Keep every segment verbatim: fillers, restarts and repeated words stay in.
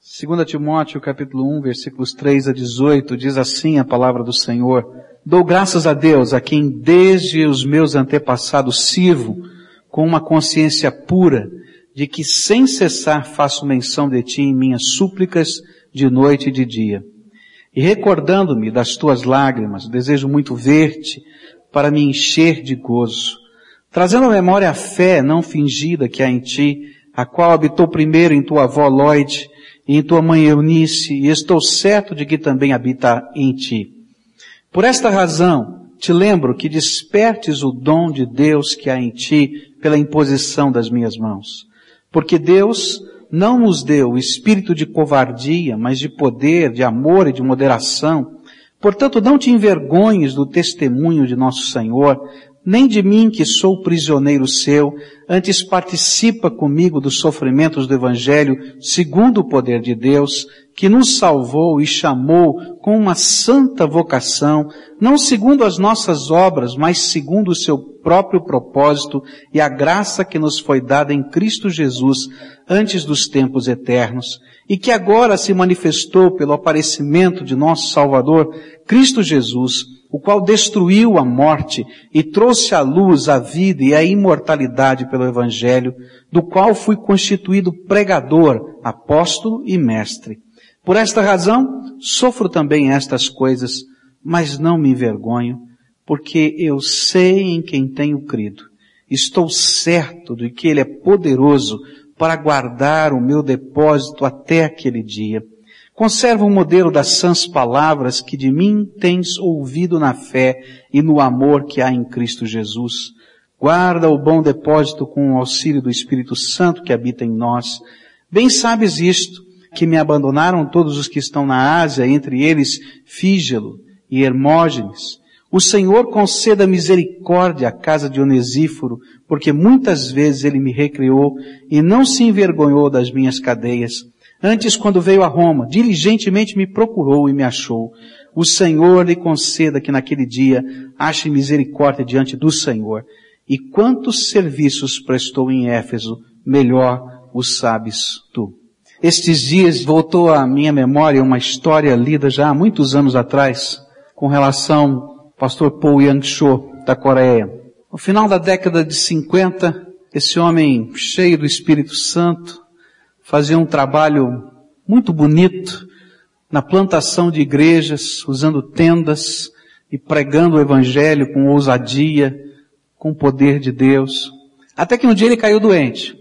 Segunda Timóteo, capítulo um, versículos três a dezoito, diz assim a palavra do Senhor: Dou graças a Deus, a quem desde os meus antepassados sirvo, com uma consciência pura, de que sem cessar faço menção de ti em minhas súplicas de noite e de dia. E recordando-me das tuas lágrimas, desejo muito ver-te, para me encher de gozo, trazendo à memória a fé não fingida que há em ti, a qual habitou primeiro em tua avó Loide, e em tua mãe Eunice, e estou certo de que também habita em ti. Por esta razão, te lembro que despertes o dom de Deus que há em ti pela imposição das minhas mãos. Porque Deus não nos deu o espírito de covardia, mas de poder, de amor e de moderação. Portanto, não te envergonhes do testemunho de nosso Senhor, nem de mim que sou prisioneiro seu, antes participa comigo dos sofrimentos do Evangelho, segundo o poder de Deus, que nos salvou e chamou com uma santa vocação, não segundo as nossas obras, mas segundo o seu próprio propósito e a graça que nos foi dada em Cristo Jesus antes dos tempos eternos, e que agora se manifestou pelo aparecimento de nosso Salvador, Cristo Jesus, o qual destruiu a morte e trouxe à luz a vida e a imortalidade pelo Evangelho, do qual fui constituído pregador, apóstolo e mestre. Por esta razão, sofro também estas coisas, mas não me envergonho, porque eu sei em quem tenho crido. Estou certo de que Ele é poderoso para guardar o meu depósito até aquele dia. Conserva o modelo das sãs palavras que de mim tens ouvido na fé e no amor que há em Cristo Jesus. Guarda o bom depósito com o auxílio do Espírito Santo que habita em nós. Bem sabes isto, que me abandonaram todos os que estão na Ásia, entre eles Fígelo e Hermógenes. O Senhor conceda misericórdia à casa de Onesíforo, porque muitas vezes ele me recriou e não se envergonhou das minhas cadeias. Antes, quando veio a Roma, diligentemente me procurou e me achou. O Senhor lhe conceda que naquele dia ache misericórdia diante do Senhor. E quantos serviços prestou em Éfeso, melhor o sabes tu. Estes dias voltou à minha memória uma história lida já há muitos anos atrás, com relação ao pastor Paul Yang-cho, da Coreia. No final da década de cinquenta, esse homem cheio do Espírito Santo, fazia um trabalho muito bonito na plantação de igrejas, usando tendas e pregando o Evangelho com ousadia, com o poder de Deus. Até que um dia ele caiu doente,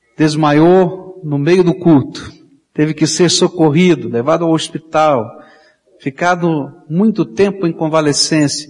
desmaiou no meio do culto, teve que ser socorrido, levado ao hospital, ficado muito tempo em convalescência.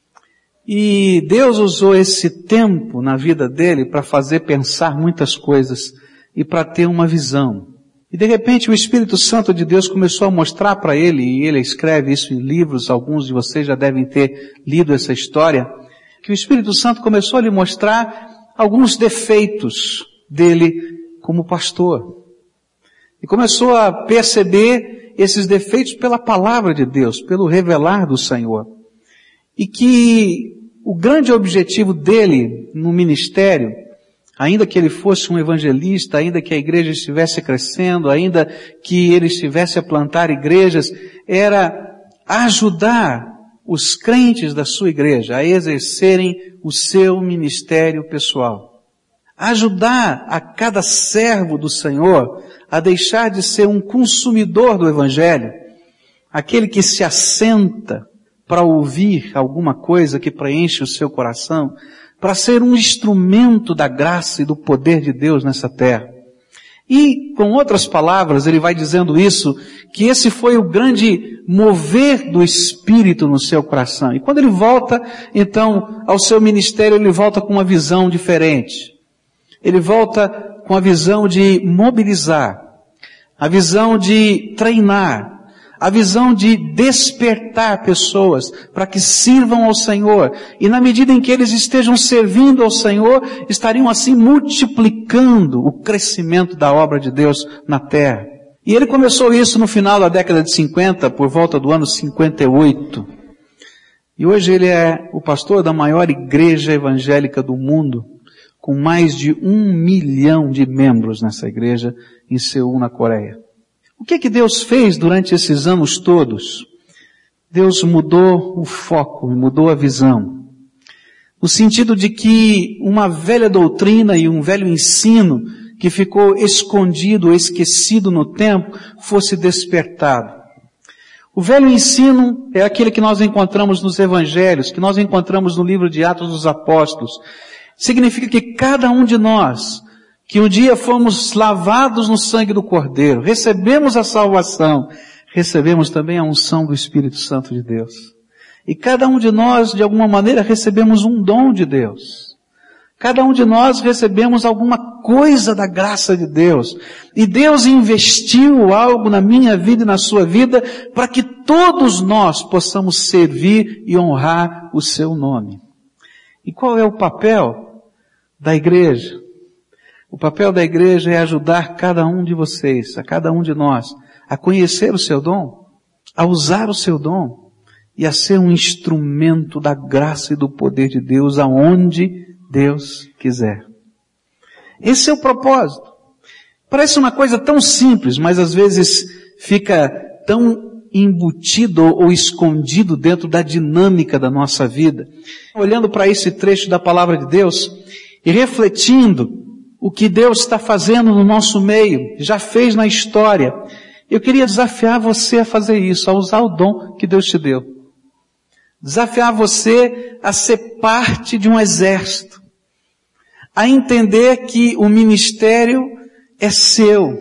E Deus usou esse tempo na vida dele para fazer pensar muitas coisas e para ter uma visão. E de repente o Espírito Santo de Deus começou a mostrar para ele, e ele escreve isso em livros, alguns de vocês já devem ter lido essa história, que o Espírito Santo começou a lhe mostrar alguns defeitos dele como pastor. E começou a perceber esses defeitos pela palavra de Deus, pelo revelar do Senhor. E que o grande objetivo dele no ministério, ainda que ele fosse um evangelista, ainda que a igreja estivesse crescendo, ainda que ele estivesse a plantar igrejas, era ajudar os crentes da sua igreja a exercerem o seu ministério pessoal. Ajudar a cada servo do Senhor a deixar de ser um consumidor do Evangelho, aquele que se assenta para ouvir alguma coisa que preenche o seu coração, para ser um instrumento da graça e do poder de Deus nessa terra. E, com outras palavras, ele vai dizendo isso, que esse foi o grande mover do Espírito no seu coração. E quando ele volta, então, ao seu ministério, ele volta com uma visão diferente. Ele volta com a visão de mobilizar, a visão de treinar, a visão de despertar pessoas para que sirvam ao Senhor. E na medida em que eles estejam servindo ao Senhor, estariam assim multiplicando o crescimento da obra de Deus na terra. E ele começou isso no final da década de cinquenta, por volta do ano cinquenta e oito. E hoje ele é o pastor da maior igreja evangélica do mundo, com mais de um milhão de membros nessa igreja em Seul, na Coreia. O que é que Deus fez durante esses anos todos? Deus mudou o foco, mudou a visão. No sentido de que uma velha doutrina e um velho ensino que ficou escondido, esquecido no tempo, fosse despertado. O velho ensino é aquele que nós encontramos nos evangelhos, que nós encontramos no livro de Atos dos Apóstolos. Significa que cada um de nós, que um dia fomos lavados no sangue do Cordeiro, recebemos a salvação, recebemos também a unção do Espírito Santo de Deus. E cada um de nós, de alguma maneira, recebemos um dom de Deus. Cada um de nós recebemos alguma coisa da graça de Deus. E Deus investiu algo na minha vida e na sua vida para que todos nós possamos servir e honrar o seu nome. E qual é o papel da igreja? O papel da igreja é ajudar cada um de vocês, a cada um de nós, a conhecer o seu dom, a usar o seu dom e a ser um instrumento da graça e do poder de Deus aonde Deus quiser. Esse é o propósito. Parece uma coisa tão simples, mas às vezes fica tão embutido ou escondido dentro da dinâmica da nossa vida. Olhando para esse trecho da palavra de Deus e refletindo o que Deus está fazendo no nosso meio, já fez na história, eu queria desafiar você a fazer isso, a usar o dom que Deus te deu. Desafiar você a ser parte de um exército, a entender que o ministério é seu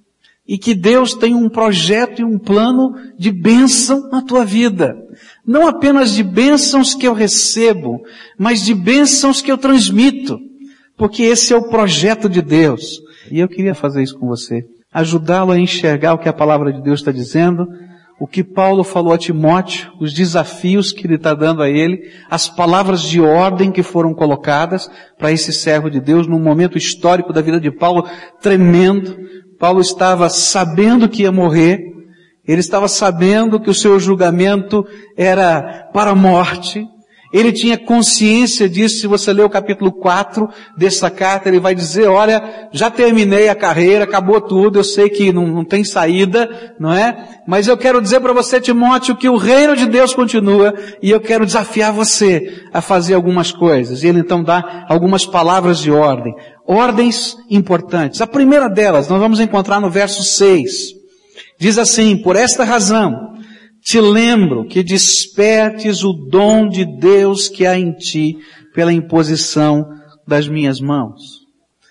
e que Deus tem um projeto e um plano de bênção na tua vida. Não apenas de bênçãos que eu recebo, mas de bênçãos que eu transmito, porque esse é o projeto de Deus. E eu queria fazer isso com você, ajudá-lo a enxergar o que a palavra de Deus está dizendo, o que Paulo falou a Timóteo, os desafios que ele está dando a ele, as palavras de ordem que foram colocadas para esse servo de Deus num momento histórico da vida de Paulo tremendo. Paulo estava sabendo que ia morrer, ele estava sabendo que o seu julgamento era para a morte, ele tinha consciência disso. Se você ler o capítulo quatro dessa carta, ele vai dizer, olha, já terminei a carreira, acabou tudo, eu sei que não, não tem saída, não é? Mas eu quero dizer para você, Timóteo, que o reino de Deus continua e eu quero desafiar você a fazer algumas coisas. E ele então dá algumas palavras de ordem. Ordens importantes. A primeira delas, nós vamos encontrar no verso seis. Diz assim, por esta razão, te lembro que despertes o dom de Deus que há em ti pela imposição das minhas mãos.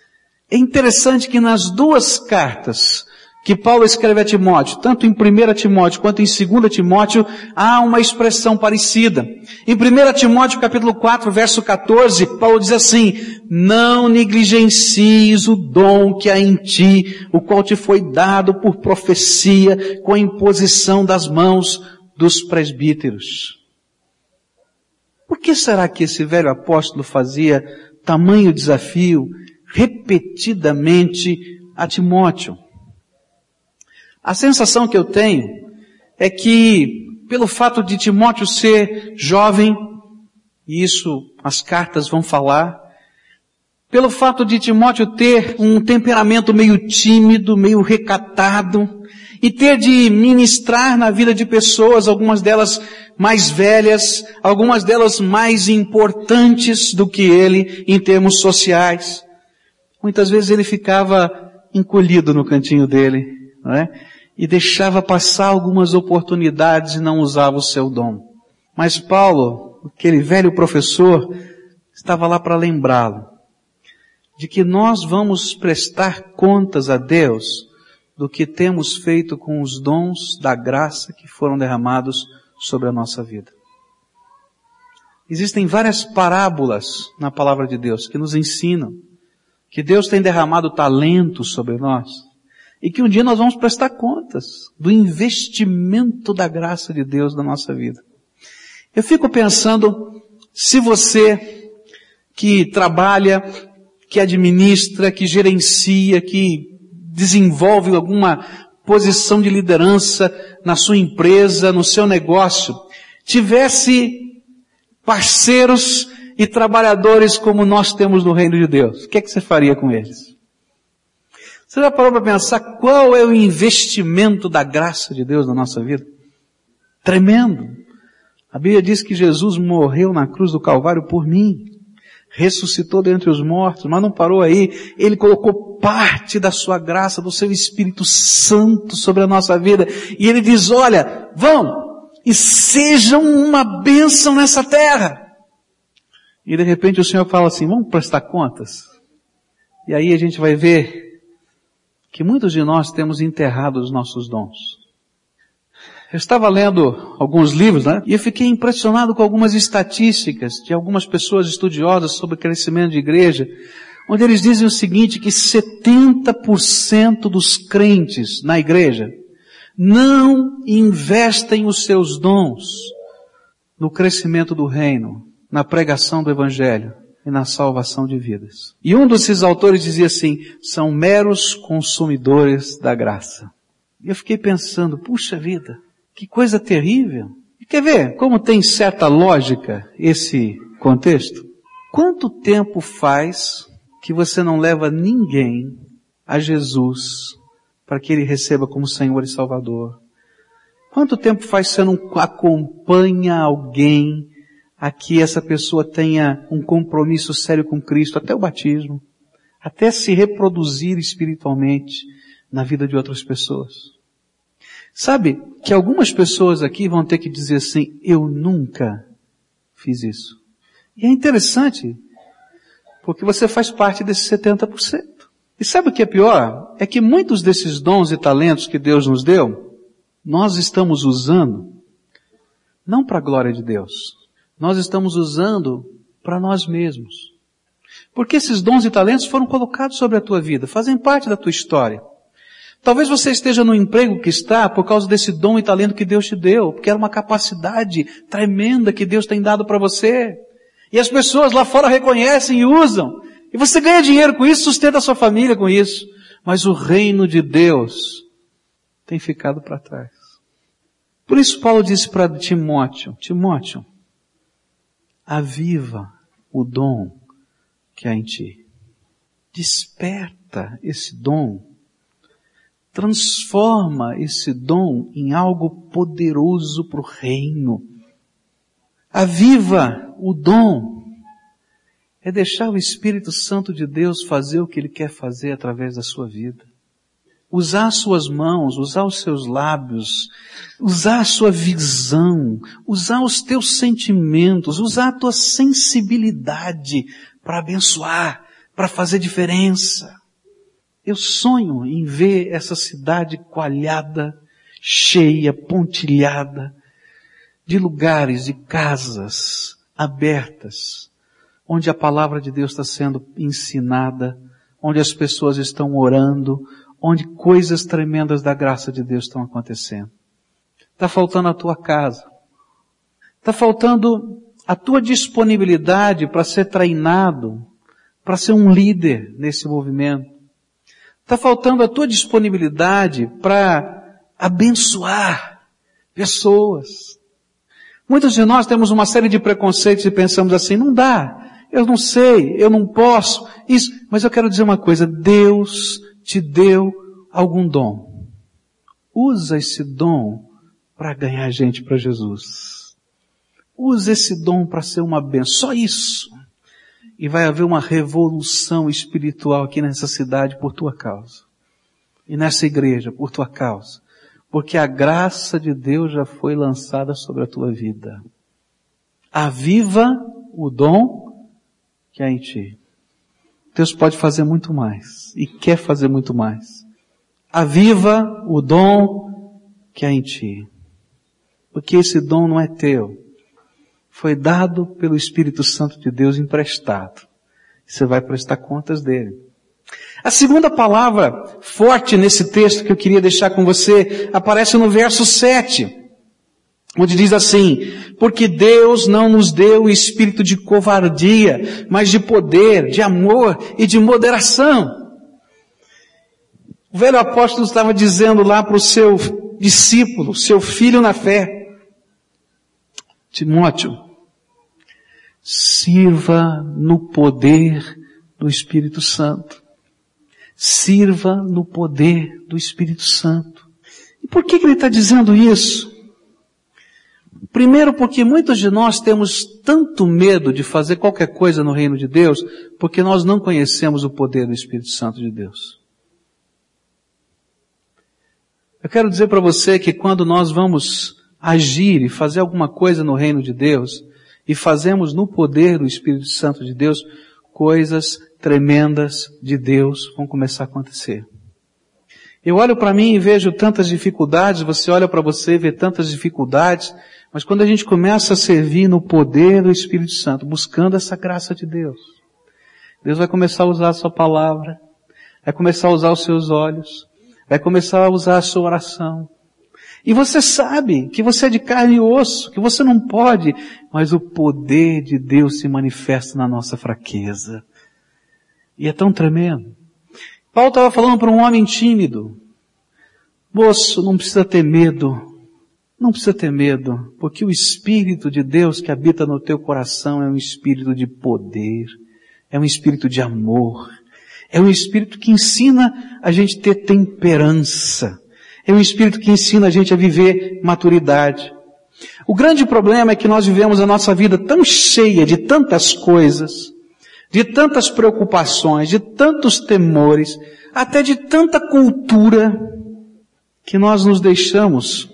É interessante que nas duas cartas que Paulo escreve a Timóteo, tanto em primeira Timóteo quanto em segunda Timóteo, há uma expressão parecida. Em primeira Timóteo capítulo quatro, verso quatorze, Paulo diz assim, não negligencies o dom que há em ti, o qual te foi dado por profecia com a imposição das mãos dos presbíteros. Por que será que esse velho apóstolo fazia tamanho desafio repetidamente a Timóteo? A sensação que eu tenho é que, pelo fato de Timóteo ser jovem, e isso as cartas vão falar, pelo fato de Timóteo ter um temperamento meio tímido, meio recatado, e ter de ministrar na vida de pessoas, algumas delas mais velhas, algumas delas mais importantes do que ele em termos sociais. Muitas vezes ele ficava encolhido no cantinho dele, não é? E deixava passar algumas oportunidades e não usava o seu dom. Mas Paulo, aquele velho professor, estava lá para lembrá-lo de que nós vamos prestar contas a Deus do que temos feito com os dons da graça que foram derramados sobre a nossa vida. Existem várias parábolas na palavra de Deus que nos ensinam que Deus tem derramado talento sobre nós e que um dia nós vamos prestar contas do investimento da graça de Deus na nossa vida. Eu fico pensando, se você que trabalha, que administra, que gerencia, que desenvolve alguma posição de liderança na sua empresa, no seu negócio, tivesse parceiros e trabalhadores como nós temos no reino de Deus, o que é que você faria com eles? Você já parou para pensar qual é o investimento da graça de Deus na nossa vida? Tremendo. A Bíblia diz que Jesus morreu na cruz do Calvário por mim. Ressuscitou dentre os mortos, mas não parou aí. Ele colocou parte da sua graça, do seu Espírito Santo sobre a nossa vida. E Ele diz, olha, vão e sejam uma bênção nessa terra. E de repente o Senhor fala assim, vamos prestar contas? E aí a gente vai ver que muitos de nós temos enterrado os nossos dons. Eu estava lendo alguns livros, né? E eu fiquei impressionado com algumas estatísticas de algumas pessoas estudiosas sobre crescimento de igreja, onde eles dizem o seguinte, que setenta por cento dos crentes na igreja não investem os seus dons no crescimento do reino, na pregação do evangelho e na salvação de vidas. E um desses autores dizia assim, são meros consumidores da graça. E eu fiquei pensando, puxa vida, que coisa terrível. E quer ver como tem certa lógica esse contexto? Quanto tempo faz que você não leva ninguém a Jesus para que Ele receba como Senhor e Salvador? Quanto tempo faz que você não acompanha alguém a que essa pessoa tenha um compromisso sério com Cristo, até o batismo, até se reproduzir espiritualmente na vida de outras pessoas? Sabe que algumas pessoas aqui vão ter que dizer assim, eu nunca fiz isso. E é interessante, porque você faz parte desses setenta por cento. E sabe o que é pior? É que muitos desses dons e talentos que Deus nos deu, nós estamos usando não para a glória de Deus. Nós estamos usando para nós mesmos. Porque esses dons e talentos foram colocados sobre a tua vida, fazem parte da tua história. Talvez você esteja no emprego que está por causa desse dom e talento que Deus te deu, porque era uma capacidade tremenda que Deus tem dado para você. E as pessoas lá fora reconhecem e usam. E você ganha dinheiro com isso, sustenta a sua família com isso. Mas o reino de Deus tem ficado para trás. Por isso Paulo disse para Timóteo, Timóteo, aviva o dom que há em ti. Desperta esse dom. Transforma esse dom em algo poderoso para o reino. Aviva o dom. É deixar o Espírito Santo de Deus fazer o que Ele quer fazer através da sua vida. Usar suas mãos, usar os seus lábios, usar a sua visão, usar os teus sentimentos, usar a tua sensibilidade para abençoar, para fazer diferença. Eu sonho em ver essa cidade coalhada, cheia, pontilhada, de lugares, de casas abertas, onde a palavra de Deus está sendo ensinada, onde as pessoas estão orando, onde coisas tremendas da graça de Deus estão acontecendo. Está faltando a tua casa. Está faltando a tua disponibilidade para ser treinado, para ser um líder nesse movimento. Está faltando a tua disponibilidade para abençoar pessoas. Muitos de nós temos uma série de preconceitos e pensamos assim, não dá, eu não sei, eu não posso, isso. Mas eu quero dizer uma coisa, Deus te deu algum dom. Usa esse dom para ganhar gente para Jesus. Usa esse dom para ser uma bênção. Só isso. E vai haver uma revolução espiritual aqui nessa cidade por tua causa. E nessa igreja por tua causa. Porque a graça de Deus já foi lançada sobre a tua vida. Aviva o dom que há em ti. Deus pode fazer muito mais. E quer fazer muito mais. Aviva o dom que há em ti. Porque esse dom não é teu. Foi dado pelo Espírito Santo de Deus emprestado. Você vai prestar contas dele. A segunda palavra forte nesse texto que eu queria deixar com você aparece no verso sete, onde diz assim, porque Deus não nos deu o espírito de covardia, mas de poder, de amor e de moderação. O velho apóstolo estava dizendo lá para o seu discípulo, seu filho na fé, Timóteo, sirva no poder do Espírito Santo. Sirva no poder do Espírito Santo. E por que que ele está dizendo isso? Primeiro, porque muitos de nós temos tanto medo de fazer qualquer coisa no reino de Deus, porque nós não conhecemos o poder do Espírito Santo de Deus. Eu quero dizer para você que quando nós vamos agir e fazer alguma coisa no reino de Deus, e fazemos no poder do Espírito Santo de Deus, coisas tremendas de Deus vão começar a acontecer. Eu olho para mim e vejo tantas dificuldades, você olha para você e vê tantas dificuldades, mas quando a gente começa a servir no poder do Espírito Santo, buscando essa graça de Deus, Deus vai começar a usar a sua palavra, vai começar a usar os seus olhos, vai começar a usar a sua oração. E você sabe que você é de carne e osso, que você não pode, mas o poder de Deus se manifesta na nossa fraqueza. E é tão tremendo. Paulo estava falando para um homem tímido. Moço, não precisa ter medo. Não precisa ter medo, porque o Espírito de Deus que habita no teu coração é um Espírito de poder, é um Espírito de amor, é um Espírito que ensina a gente a ter temperança, é um Espírito que ensina a gente a viver maturidade. O grande problema é que nós vivemos a nossa vida tão cheia de tantas coisas, de tantas preocupações, de tantos temores, até de tanta cultura, que nós nos deixamos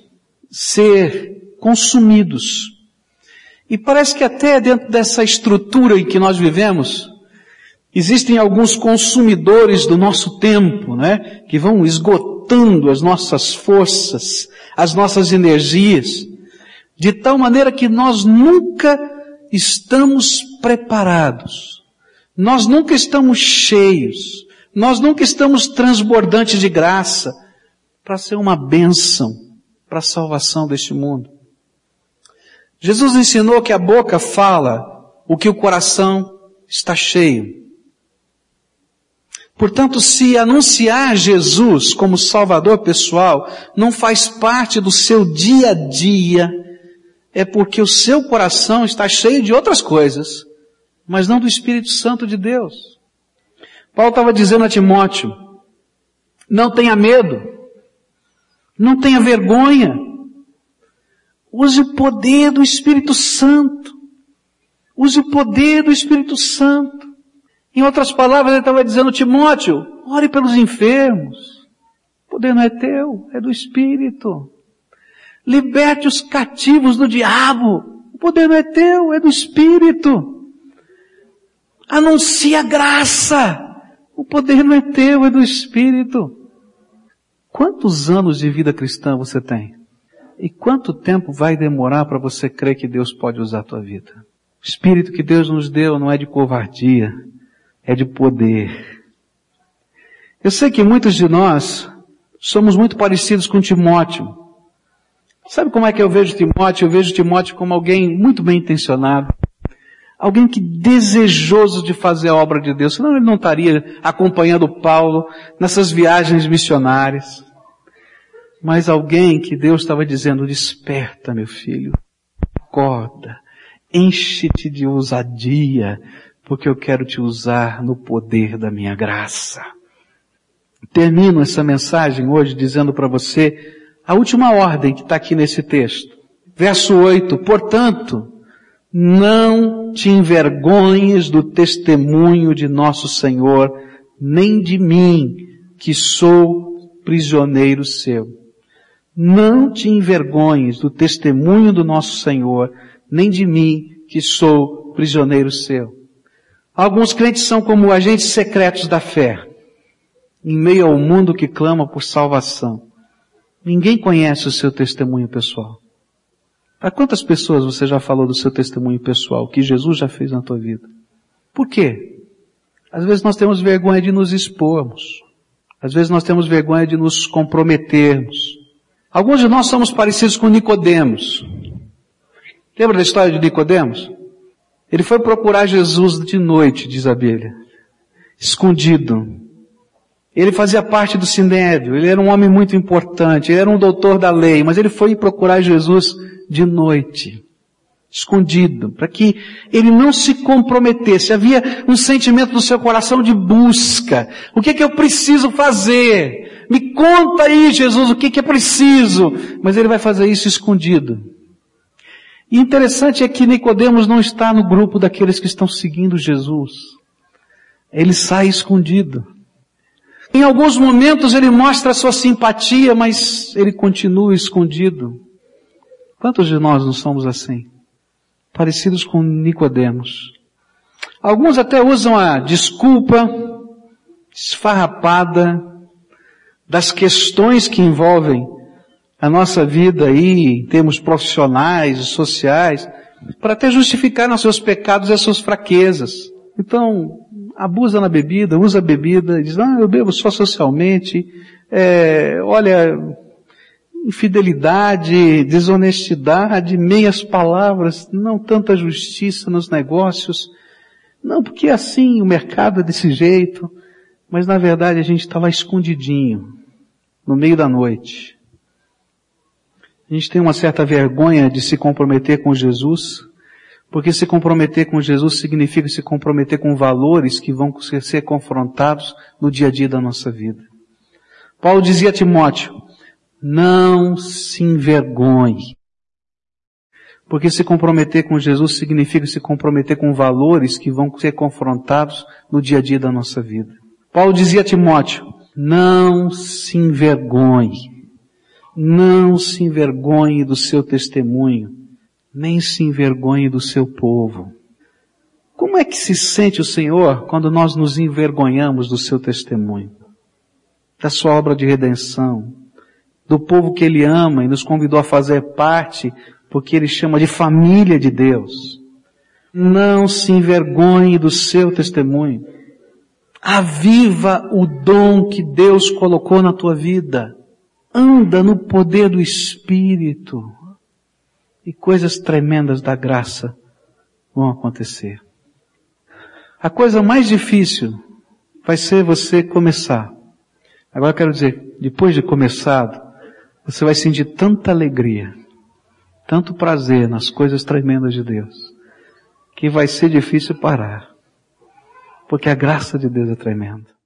ser consumidos. E parece que até dentro dessa estrutura em que nós vivemos, existem alguns consumidores do nosso tempo, né? Que vão esgotando as nossas forças, as nossas energias, de tal maneira que nós nunca estamos preparados. Nós nunca estamos cheios. Nós nunca estamos transbordantes de graça para ser uma bênção para a salvação deste mundo. Jesus ensinou que a boca fala o que o coração está cheio. Portanto, se anunciar Jesus como Salvador pessoal não faz parte do seu dia a dia, é porque o seu coração está cheio de outras coisas, mas não do Espírito Santo de Deus. Paulo estava dizendo a Timóteo, não tenha medo, não tenha vergonha, use o poder do Espírito Santo, use o poder do Espírito Santo. Em outras palavras, ele estava dizendo, Timóteo, ore pelos enfermos, o poder não é teu, é do Espírito. Liberte os cativos do diabo, o poder não é teu, é do Espírito. Anuncie a graça, o poder não é teu, é do Espírito. Quantos anos de vida cristã você tem? E quanto tempo vai demorar para você crer que Deus pode usar a tua vida? O Espírito que Deus nos deu não é de covardia, é de poder. Eu sei que muitos de nós somos muito parecidos com Timóteo. Sabe como é que eu vejo Timóteo? Eu vejo Timóteo como alguém muito bem intencionado. Alguém que desejoso de fazer a obra de Deus, senão ele não estaria acompanhando Paulo nessas viagens missionárias. Mas alguém que Deus estava dizendo, desperta meu filho, acorda, enche-te de ousadia, porque eu quero te usar no poder da minha graça. Termino essa mensagem hoje dizendo para você a última ordem que está aqui nesse texto. Verso oito, portanto, não te envergonhes do testemunho de nosso Senhor, nem de mim, que sou prisioneiro seu. Não te envergonhes do testemunho do nosso Senhor, nem de mim, que sou prisioneiro seu. Alguns crentes são como agentes secretos da fé, em meio ao mundo que clama por salvação. Ninguém conhece o seu testemunho pessoal. Para quantas pessoas você já falou do seu testemunho pessoal, que Jesus já fez na tua vida? Por quê? Às vezes nós temos vergonha de nos expormos. Às vezes nós temos vergonha de nos comprometermos. Alguns de nós somos parecidos com Nicodemos. Lembra da história de Nicodemos? Ele foi procurar Jesus de noite, diz a Bíblia, escondido. Ele fazia parte do Sinédrio, ele era um homem muito importante, ele era um doutor da lei, mas ele foi procurar Jesus de noite. escondido, para que ele não se comprometesse. Havia um sentimento no seu coração de busca. O que é que eu preciso fazer? Me conta aí, Jesus, o que é que é preciso? Mas ele vai fazer isso escondido. E interessante é que Nicodemos não está no grupo daqueles que estão seguindo Jesus. Ele sai escondido. Em alguns momentos ele mostra a sua simpatia, mas ele continua escondido. Quantos de nós não somos assim? Parecidos com Nicodemos. Alguns até usam a desculpa esfarrapada das questões que envolvem a nossa vida aí, em termos profissionais e sociais, para até justificar os seus pecados e as suas fraquezas. Então, abusa na bebida, usa a bebida, diz, ah, eu bebo só socialmente, é, olha, infidelidade, desonestidade, meias palavras, não tanta justiça nos negócios, não, porque assim o mercado é desse jeito, mas na verdade a gente está lá escondidinho, no meio da noite. A gente tem uma certa vergonha de se comprometer com Jesus, porque se comprometer com Jesus significa se comprometer com valores que vão ser confrontados no dia a dia da nossa vida. Paulo dizia a Timóteo, não se envergonhe. Porque se comprometer com Jesus significa se comprometer com valores que vão ser confrontados no dia a dia da nossa vida. Paulo dizia a Timóteo, não se envergonhe. Não se envergonhe do seu testemunho, nem se envergonhe do seu povo. Como é que se sente o Senhor quando nós nos envergonhamos do seu testemunho? Da sua obra de redenção, do povo que Ele ama e nos convidou a fazer parte, porque Ele chama de família de Deus. Não se envergonhe do seu testemunho. Aviva o dom que Deus colocou na tua vida. Anda no poder do Espírito e coisas tremendas da graça vão acontecer. A coisa mais difícil vai ser você começar. Agora eu quero dizer, depois de começado, você vai sentir tanta alegria, tanto prazer nas coisas tremendas de Deus, que vai ser difícil parar. Porque a graça de Deus é tremenda.